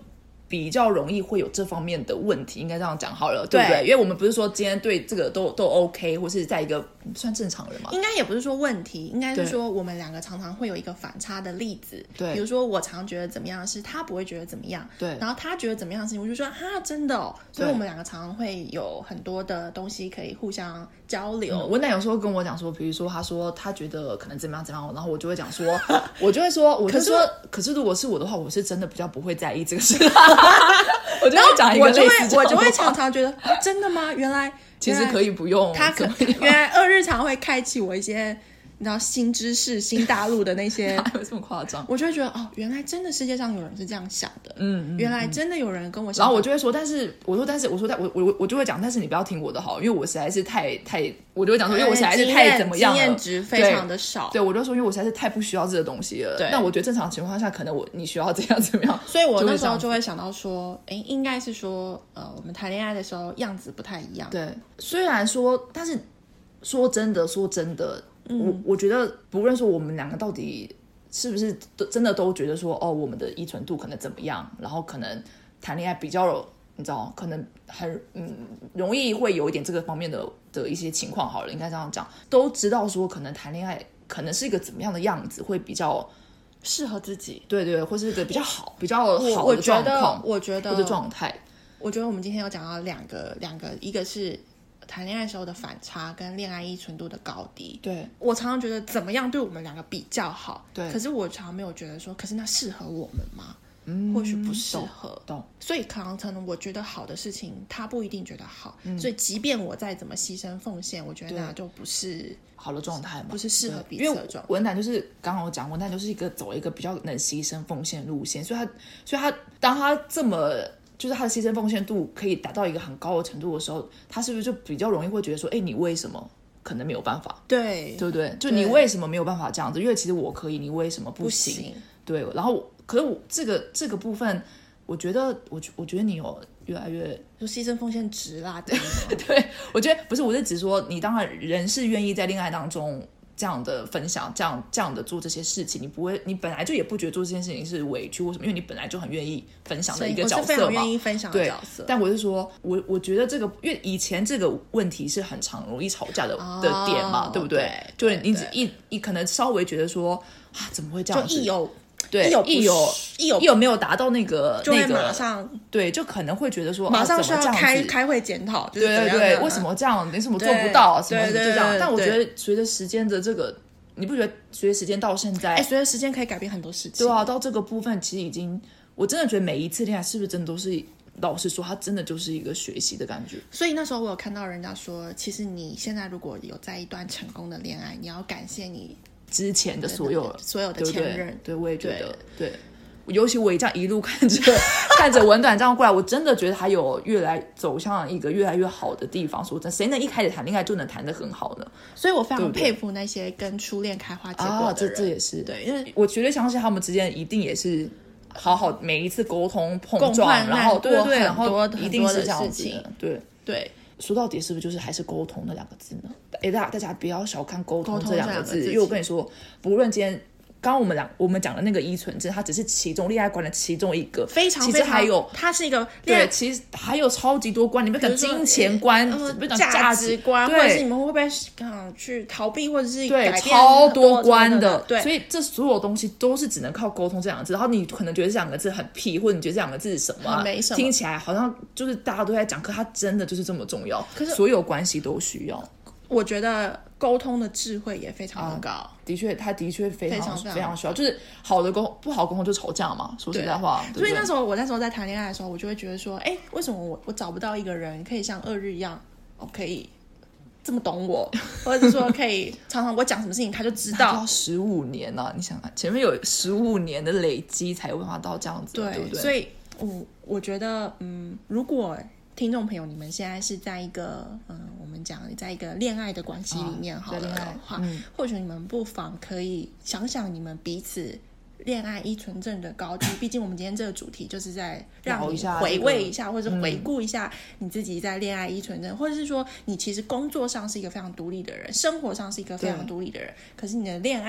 比较容易会有这方面的问题，应该这样讲好了，对不对？因为我们不是说今天对这个都都 OK， 或是在一个算正常人嘛， 应该也不是说问题，应该是说我们两个常常会有一个反差的例子。 对， 比如说我常觉得怎么样是他不会觉得怎么样， 对， 然后他觉得怎么样的事情，我就说啊真的哦，所以我们两个常常会有很多的东西可以互相交流。 嗯、文胆有时候跟我讲说，比如说他说他觉得可能怎么样怎么样，然后我就会讲说，我就会说，我就说，可是如果是我的话，我是真的比较不会在意这个事。我就会讲一个类似， 我就会常常觉得、啊、真的吗？原来其实可以不用。 他可原来二日常会开启我一些你知道新知识、新大陆的那些， 有这么夸张？ 我就会觉得哦，原来真的世界上有人是这样想的， 嗯，嗯原来真的有人跟我想。 然后我就会说，但是我说，但是我说，但我我我就会讲，但是你不要听我的好，因为我实在是太太，我就会讲说，因为我实在是太怎么样了， 经验值非常的少。 对，对我就说，因为我实在是太不需要这个东西了。对，那我觉得正常情况下，可能我你需要这样怎么样？ 所以我那时候就会想到说，哎，应该是说，呃，我们谈恋爱的时候样子不太一样。 对，虽然说，但是说真的，说真的。嗯、我我觉得不论说我们两个到底是不是都真的都觉得说哦，我们的依存度可能怎么样，然后可能谈恋爱比较你知道可能很嗯容易会有一点这个方面的的一些情况好了，应该这样讲，都知道说可能谈恋爱可能是一个怎么样的样子会比较适合自己， 对对，或是一个比较好比较好的状况， 我觉得或者状态。 我觉得我们今天要讲到两个两个，一个是谈恋爱时候的反差跟恋爱依存度的高低。 对， 我常常觉得怎么样对我们两个比较好， 对， 可是我常常没有觉得说，可是那适合我们吗？嗯，或许不适合。 懂。 所以可能可能我觉得好的事情，他不一定觉得好。嗯，所以即便我再怎么牺牲奉献，我觉得那就不是好的状态嘛， 不是适合彼此的状态。 文胆就是刚刚我讲，文胆就是一个走一个比较能牺牲奉献路线，所以他所以他当他这么。就是他的牺牲奉献度可以达到一个很高的程度的时候，他是不是就比较容易会觉得说，哎，你为什么可能没有办法？ 对， 对不对？就你为什么没有办法这样子？因为其实我可以，你为什么不行？不行对，然后可是我这个这个部分，我觉得我我觉得你有越来越就牺牲奉献值啦， 对对，我觉得不是，我是只说你当然人是愿意在恋爱当中。这样的分享，这样这样的做这些事情，你不会，你本来就也不觉得做这件事情是委屈或什么，因为你本来就很愿意分享的一个角色嘛。我是非常愿意分享的角色。 但我是说，我我觉得这个，因为以前这个问题是很常容易吵架的、哦、的点嘛，对不对？对就是你只一一可能稍微觉得说啊，怎么会这样子？ 就一有。 对，一有一有一有一有没有达到那个， 就会马上、那个、对，就可能会觉得说马上需要开、 啊、 开会检讨，就是、 对对对，为什么这样？你怎么做不到、啊？什么什么就这样？但我觉得随着时间的这个。你不觉得随着时间到现在， 哎，随着时间可以改变很多事情。 对啊，到这个部分其实已经，我真的觉得每一次恋爱是不是真的都是，老实说，它真的就是一个学习的感觉。 所以那时候我有看到人家说，其实你现在如果有在一段成功的恋爱，你要感谢你之前的所有所有的前任。 对，对我也觉得，对。对尤其我这样一路看着看着文短这样过来，我真的觉得他有越来走向一个越来越好的地方。说真，谁能一开始谈恋爱就能谈得很好呢？ 所以我非常佩服那些跟初恋开花结果的人。啊， 这这也是对，因为我绝对相信他们之间一定也是好好每一次沟通碰撞，然后对对，然后一定是这样子的。对对， 说到底是不是就是还是沟通那两个字呢？哎，大家大家不要小看沟通这两个字，因为我跟你说，不论今天。刚刚我们两我们讲的那个依存症，它只是其中恋爱观的其中一个， 非常其实还有它是一个对，其实还有超级多观，你们讲金钱观、 呃、 不讲价值观，或者是你们会不会嗯去逃避，或者是改变对超多观的， 对， 所以这所有东西都是只能靠沟通这两个字。然后你可能觉得这两个字很屁，或者你觉得这两个字是什么、啊， 没什么， 听起来好像就是大家都在讲，可它真的就是这么重要，可是所有关系都需要。 我觉得沟通的智慧也非常的高， 啊、的确，他的确非常非常非常需要。就是好的沟不好沟通就吵架嘛，说实在话。对对所以那时候我那时候在谈恋爱的时候，我就会觉得说，哎，为什么我我找不到一个人可以像二日一样，哦，可以这么懂我，或者是说可以常常我讲什么事情他就知道。 要十五年啊！你想看前面有十五年的累积才有办法到这样子，对, 对不对？ 所以我我觉得，嗯，如果听众朋友，你们现在是在一个嗯，我们讲在一个恋爱的关系里面好了的话、嗯，或许你们不妨可以想想你们彼此恋爱依存症的高低。毕竟我们今天这个主题就是在让你回味一下，这个、或者回顾一下你自己在恋爱依存症、嗯，或者是说你其实工作上是一个非常独立的人，生活上是一个非常独立的人，可是你的恋爱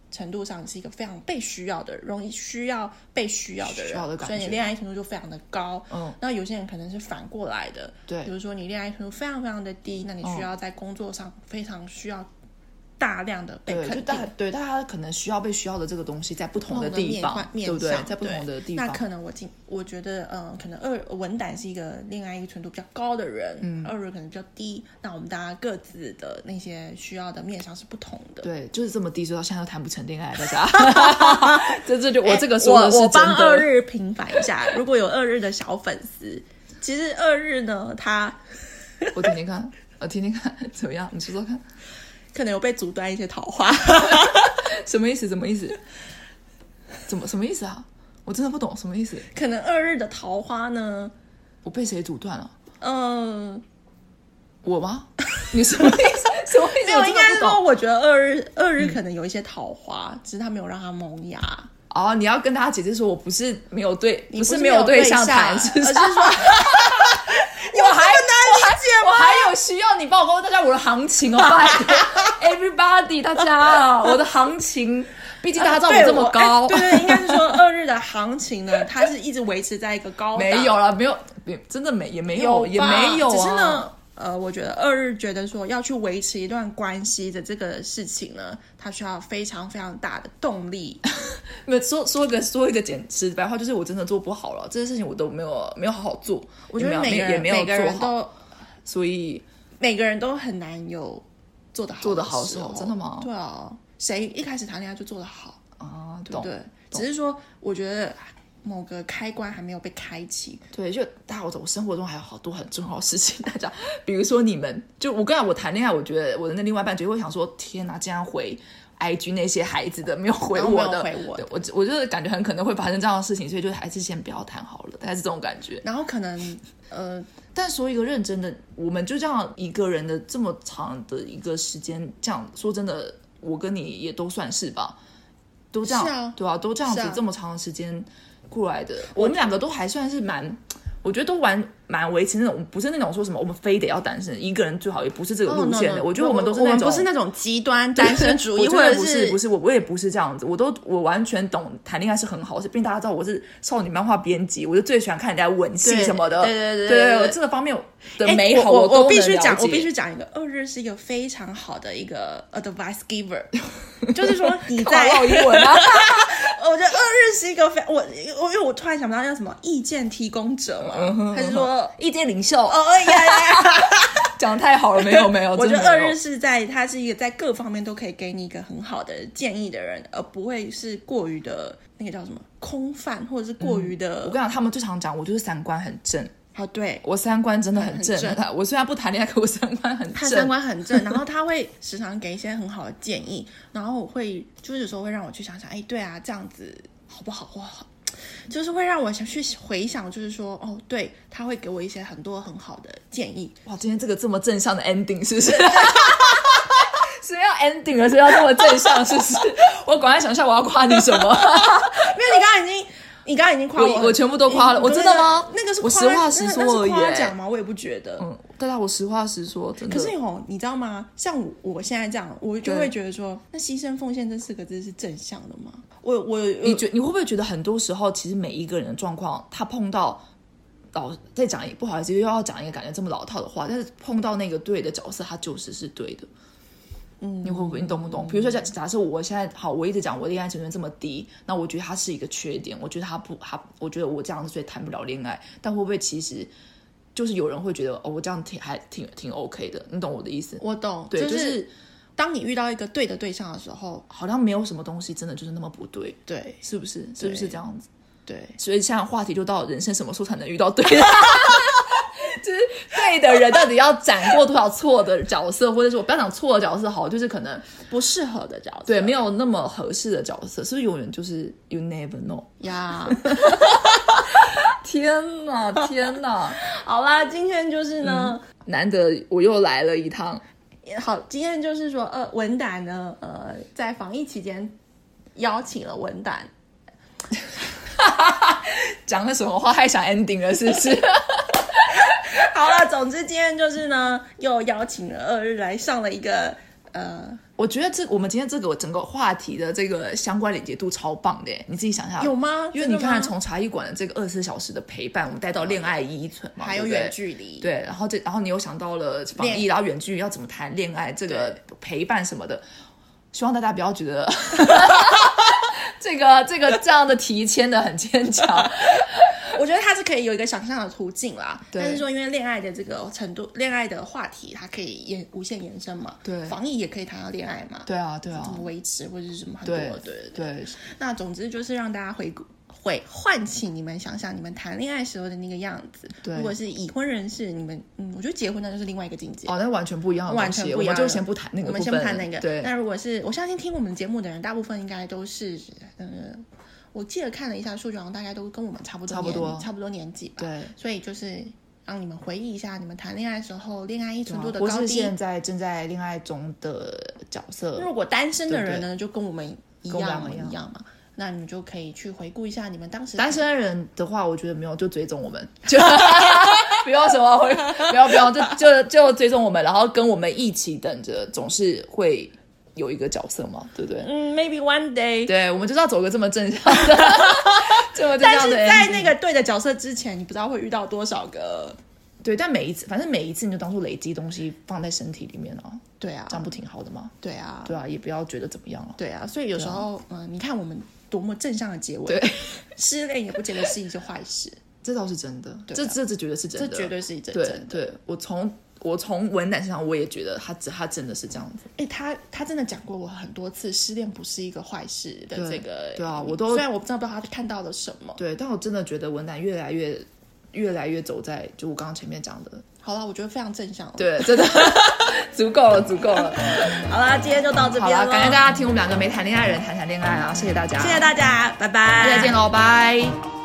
程度上是一个非常被需要的人，容易需要被需要的人， 需要的感觉， 所以你恋爱程度就非常的高。 嗯， 那有些人可能是反过来的， 对， 比如说你恋爱程度非常非常的低，那你需要在工作上非常需要大量的被肯定， 对，就大对大家可能需要被需要的这个东西，在不同的地方， 面对不对？ 面在不同的地方， 那可能我今我觉得，嗯、呃，可能二文胆是一个恋爱一个程度比较高的人，嗯，二日可能比较低。那我们大家各自的那些需要的面向是不同的， 对，就是这么低，所以到现在都谈不成恋爱，大家。这这就我这个说的是真的。我我帮二日平反一下，如果有二日的小粉丝，其实二日呢，他我听听看，我听听看怎么样？你说说看。 可能有被阻断一些桃花。 什么意思？什么意思？怎么什么意思啊？我真的不懂什么意思。 可能二日的桃花呢？ 我被谁阻断了？ 嗯、呃， 我吗？你什么意思？什么意思？ 没有，应该是说，我觉得二日二日可能有一些桃花，嗯、只是他没有让他萌芽。 哦，你要跟大家解释说，我不是没有对， 不是没有对象谈， 是而是说， 我还我还有需要你帮我告诉大家我的行情哦，拜托 ，everybody 大家，我的行情，毕竟大家知道我这么高， 对 对, 对，应该是说二日的行情呢，它是一直维持在一个高档， 没有了，没有，真的没也没有，也没有、啊， 只是呢。呃，我觉得二日觉得说要去维持一段关系的这个事情呢，它需要非常非常大的动力。 没有说说一个说一个简直白话，就是我真的做不好了，这些事情我都没有没有好好做。 我觉得每个人也没有每个人都， 所以每个人都很难有做得好的做得好的时候。 真的吗？ 对啊，谁一开始谈恋爱就做得好啊？ 对不对？只是说，我觉得。某个开关还没有被开启， 对，就大家我我生活中还有好多很重要的事情，大家，比如说你们，就我跟你讲，我谈恋爱，我觉得我的那另外一半绝对会想说，天哪，这样回 I G 那些孩子的没有回我的， 没有回我的， 我我就是感觉很可能会发生这样的事情，所以就还是先不要谈好了，大概是这种感觉。 然后可能呃， 但说一个认真的，我们就这样一个人的这么长的一个时间，这样说真的，我跟你也都算是吧，都这样， 啊对啊，都这样子、啊、这么长的时间。过来的，我们两个都还算是蛮，我觉得都玩蛮维持那种，不是那种说什么我们非得要单身，一个人最好，也不是这个路线的。 Oh, no, no, 我觉得我们都是那种， 我们不是那种极端单身主义，或者不是不是我我也不是这样子，我都我完全懂谈恋爱是很好，是并大家知道我是少女漫画编辑，我就最喜欢看人家吻戏什么的， 对对对对对对，这个方面的美好我都我必须讲， 我必须讲一个，二日是一个非常好的一个 advice giver， 就是说你在英文啊。 我觉得二日是一个非我我因为我突然想不到叫什么意见提供者嘛，嗯、还是说意见领袖？ 哦呀呀， 讲得太好了，没有没有。 我觉得二日是在他是一个在各方面都可以给你一个很好的建议的人，而不会是过于的那个叫什么空泛，或者是过于的。 嗯、我跟你讲，他们最常讲我就是三观很正。 哦，对， 我三观真的很正。 很正我虽然不谈恋爱，可我三观很正。 他三观很正，然后他会时常给一些很好的建议，然后我会就是有时候会让我去想想，哎，对啊，这样子好不好？或好，就是会让我想去回想，就是说，哦，对，他会给我一些很多很好的建议。 哇，今天这个这么正向的 ending 是不是？是要 ending 了，是要这么正向，是不是？我赶快想一下我要夸你什么。 没有，你刚刚已经。你刚刚已经夸我， 我, 我全部都夸了，我真的吗？ 那个是我实话实说而已， 夸奖吗？我也不觉得。 嗯，大家我实话实说，真的。 可是哦，你知道吗？像我我现在这样，我就会觉得说，那牺牲奉献这四个字是正向的吗？我我你觉你会不会觉得很多时候，其实每一个人的状况，他碰到老再讲不好意思，又要讲一个感觉这么老套的话，但是碰到那个对的角色，他就是是对的。嗯，你会不会你懂不懂？比如说假假设我现在好，我一直讲我恋爱成分这么低，那我觉得它是一个缺点，我觉得他不他，我觉得我这样子所以谈不了恋爱，但会不会其实就是有人会觉得哦，我这样挺还挺挺 OK 的，你懂我的意思？ 我懂， 对， 就、 是、就是当你遇到一个对的对象的时候， 好像没有什么东西真的就是那么不对， 对， 是不是？是不是这样子？ 对， 所以现在话题就到人生什么时候才能遇到对的？就是对的人到底要斩过多少错的角色，或者说我不要讲错的角色好，就是可能不适合的角色， 对，没有那么合适的角色，是不是永远就是 you never know 呀、 yeah. 天哪天哪好啦，今天就是呢、嗯、 难得我又来了一趟。 好，今天就是说呃文胆呢呃在防疫期间邀请了文胆讲了什么话还想 ending 了是不是？ 好了，总之今天就是呢，又邀请了二日来上了一个呃， 我觉得这我们今天这个整个话题的这个相关连接度超棒的耶，你自己想一下有吗？ 因为你看从茶艺馆的这个二十四小时的陪伴，我们带到恋爱依存嘛， 还有远距离， 对，然后这然后你又想到了防疫，然后远距离要怎么谈恋爱，这个陪伴什么的，希望大家不要觉得这个这个这样的题签的很牵强。 我觉得它是可以有一个想象的途径啦， 对， 但是说因为恋爱的这个程度，恋爱的话题它可以延无限延伸嘛， 对， 防疫也可以谈到恋爱嘛， 对啊对啊， 怎么维持或者是什么很多，对对 对, 对, 对。 那总之就是让大家回顾。会唤起你们想想你们谈恋爱时候的那个样子。对，如果是已婚人士，你们嗯，我觉得结婚那就是另外一个境界。 哦，那完全不一样的东西， 完全不一样。 我们就先不谈那个部分， 我们先不谈那个。 对。 那如果是我相信听我们节目的人，大部分应该都是呃，我记得看了一下数据，好像大概都跟我们差不多， 差不多， 差不多年纪吧。 对。 所以就是让你们回忆一下你们谈恋爱时候恋爱依存度的高低， 或是现在正在恋爱中的角色。 如果单身的人呢，对对就跟我们一样一样嘛。那你们就可以去回顾一下你们当时单身人的话，我觉得没有就追踪我们，就不要什么回，不要不要就就就追踪我们，然后跟我们一起等着，总是会有一个角色嘛，对不对？ 嗯 ，maybe one day。 对，我们就是要走个这么正向的，这么正向的。但是在那个对的角色之前，你不知道会遇到多少个。 对，但每一次，反正每一次你就当做累积东西放在身体里面啊。 对啊， 这样不挺好的吗？ 对啊， 对啊，也不要觉得怎么样啊。 对啊，所以有时候，嗯、啊呃，你看我们多么正向的结尾， 对， 失恋也不见得是一件坏事， 这倒是真的。啊、这这这绝对是真的， 这绝对是真的。 对， 对我从我从文胆身上，我也觉得他他真的是这样子。 哎，他他真的讲过我很多次，失恋不是一个坏事的这个。 对啊，我都虽然我不知道不知道他看到了什么， 对，但我真的觉得文胆越来越。越来越走在就我刚刚前面讲的， 好了，我觉得非常正向了， 对，真的足够了，足够了。 好啦，今天就到这边了， 感谢大家听我们两个没谈恋爱的人谈谈恋爱啊，谢谢大家， 谢谢大家，拜拜， 再见喽，拜。